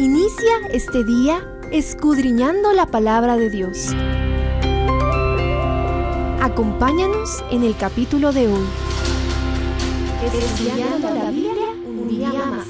Inicia este día escudriñando la palabra de Dios. Acompáñanos en el capítulo de hoy. Estudiando la Biblia un día más.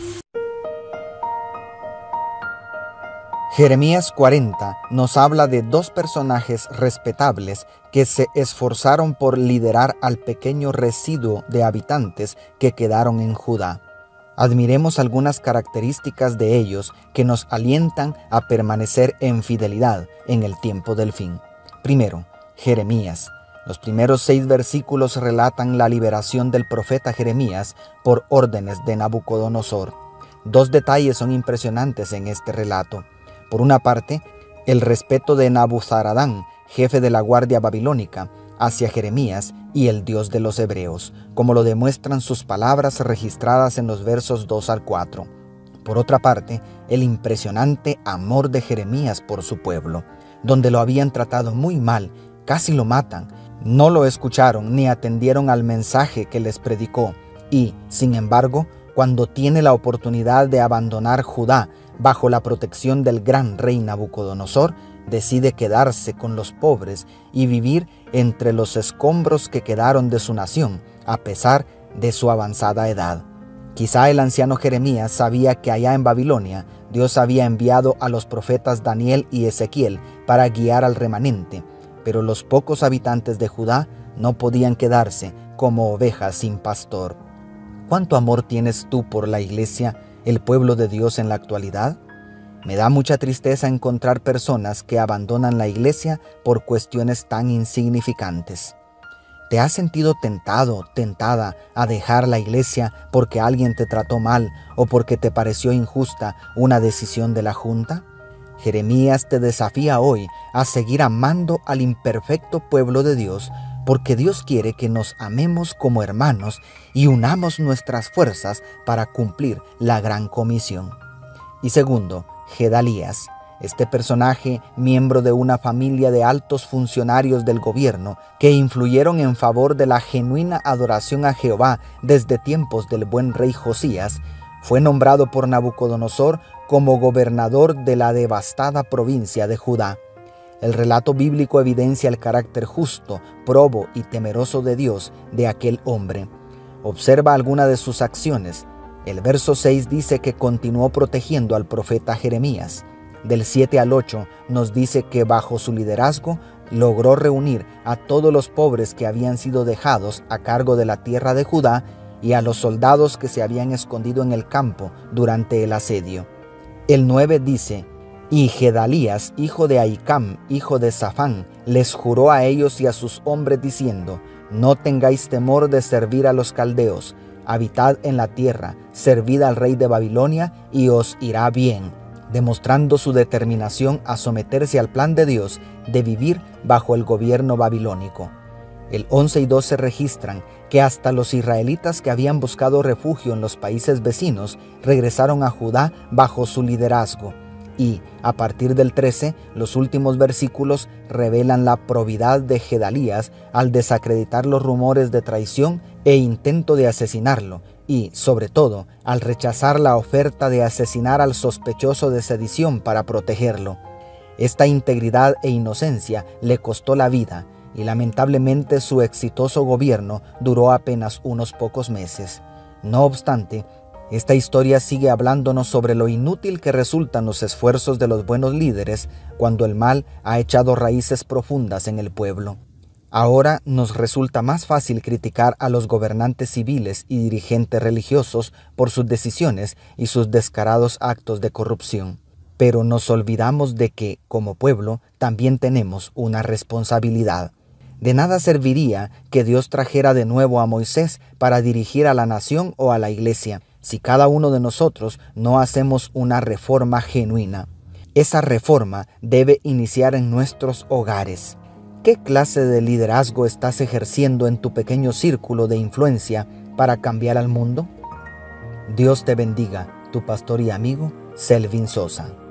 Jeremías 40 nos habla de dos personajes respetables que se esforzaron por liderar al pequeño residuo de habitantes que quedaron en Judá. Admiremos algunas características de ellos que nos alientan a permanecer en fidelidad en el tiempo del fin. Primero, Jeremías. Los primeros 6 versículos relatan la liberación del profeta Jeremías por órdenes de Nabucodonosor. 2 detalles son impresionantes en este relato. Por una parte, el respeto de Nabuzaradán, jefe de la guardia babilónica, hacia Jeremías y el Dios de los hebreos, como lo demuestran sus palabras registradas en los versos 2 al 4. Por otra parte, el impresionante amor de Jeremías por su pueblo, donde lo habían tratado muy mal, casi lo matan, no lo escucharon ni atendieron al mensaje que les predicó y, sin embargo, cuando tiene la oportunidad de abandonar Judá bajo la protección del gran rey Nabucodonosor, decide quedarse con los pobres y vivir entre los escombros que quedaron de su nación, a pesar de su avanzada edad. Quizá el anciano Jeremías sabía que allá en Babilonia Dios había enviado a los profetas Daniel y Ezequiel para guiar al remanente, pero los pocos habitantes de Judá no podían quedarse como ovejas sin pastor. ¿Cuánto amor tienes tú por la iglesia, el pueblo de Dios en la actualidad? Me da mucha tristeza encontrar personas que abandonan la iglesia por cuestiones tan insignificantes. ¿Te has sentido tentado, tentada a dejar la iglesia porque alguien te trató mal o porque te pareció injusta una decisión de la junta? Jeremías te desafía hoy a seguir amando al imperfecto pueblo de Dios, porque Dios quiere que nos amemos como hermanos y unamos nuestras fuerzas para cumplir la gran comisión. Y segundo, Gedalías. Este personaje, miembro de una familia de altos funcionarios del gobierno que influyeron en favor de la genuina adoración a Jehová desde tiempos del buen rey Josías, fue nombrado por Nabucodonosor como gobernador de la devastada provincia de Judá. El relato bíblico evidencia el carácter justo, probo y temeroso de Dios de aquel hombre. Observa alguna de sus acciones. El verso 6 dice que continuó protegiendo al profeta Jeremías. Del 7 al 8 nos dice que bajo su liderazgo logró reunir a todos los pobres que habían sido dejados a cargo de la tierra de Judá y a los soldados que se habían escondido en el campo durante el asedio. El 9 dice: y Gedalías, hijo de Ahicam, hijo de Safán, les juró a ellos y a sus hombres diciendo: no tengáis temor de servir a los caldeos, habitad en la tierra, servid al rey de Babilonia y os irá bien, demostrando su determinación a someterse al plan de Dios de vivir bajo el gobierno babilónico. El 11 y 12 registran que hasta los israelitas que habían buscado refugio en los países vecinos regresaron a Judá bajo su liderazgo. Y, a partir del 13, los últimos versículos revelan la probidad de Gedalías al desacreditar los rumores de traición e intento de asesinarlo, y, sobre todo, al rechazar la oferta de asesinar al sospechoso de sedición para protegerlo. Esta integridad e inocencia le costó la vida, y lamentablemente su exitoso gobierno duró apenas unos pocos meses. No obstante, esta historia sigue hablándonos sobre lo inútil que resultan los esfuerzos de los buenos líderes cuando el mal ha echado raíces profundas en el pueblo. Ahora nos resulta más fácil criticar a los gobernantes civiles y dirigentes religiosos por sus decisiones y sus descarados actos de corrupción. Pero nos olvidamos de que, como pueblo, también tenemos una responsabilidad. De nada serviría que Dios trajera de nuevo a Moisés para dirigir a la nación o a la iglesia, si cada uno de nosotros no hacemos una reforma genuina. Esa reforma debe iniciar en nuestros hogares. ¿Qué clase de liderazgo estás ejerciendo en tu pequeño círculo de influencia para cambiar al mundo? Dios te bendiga, tu pastor y amigo, Selvin Sosa.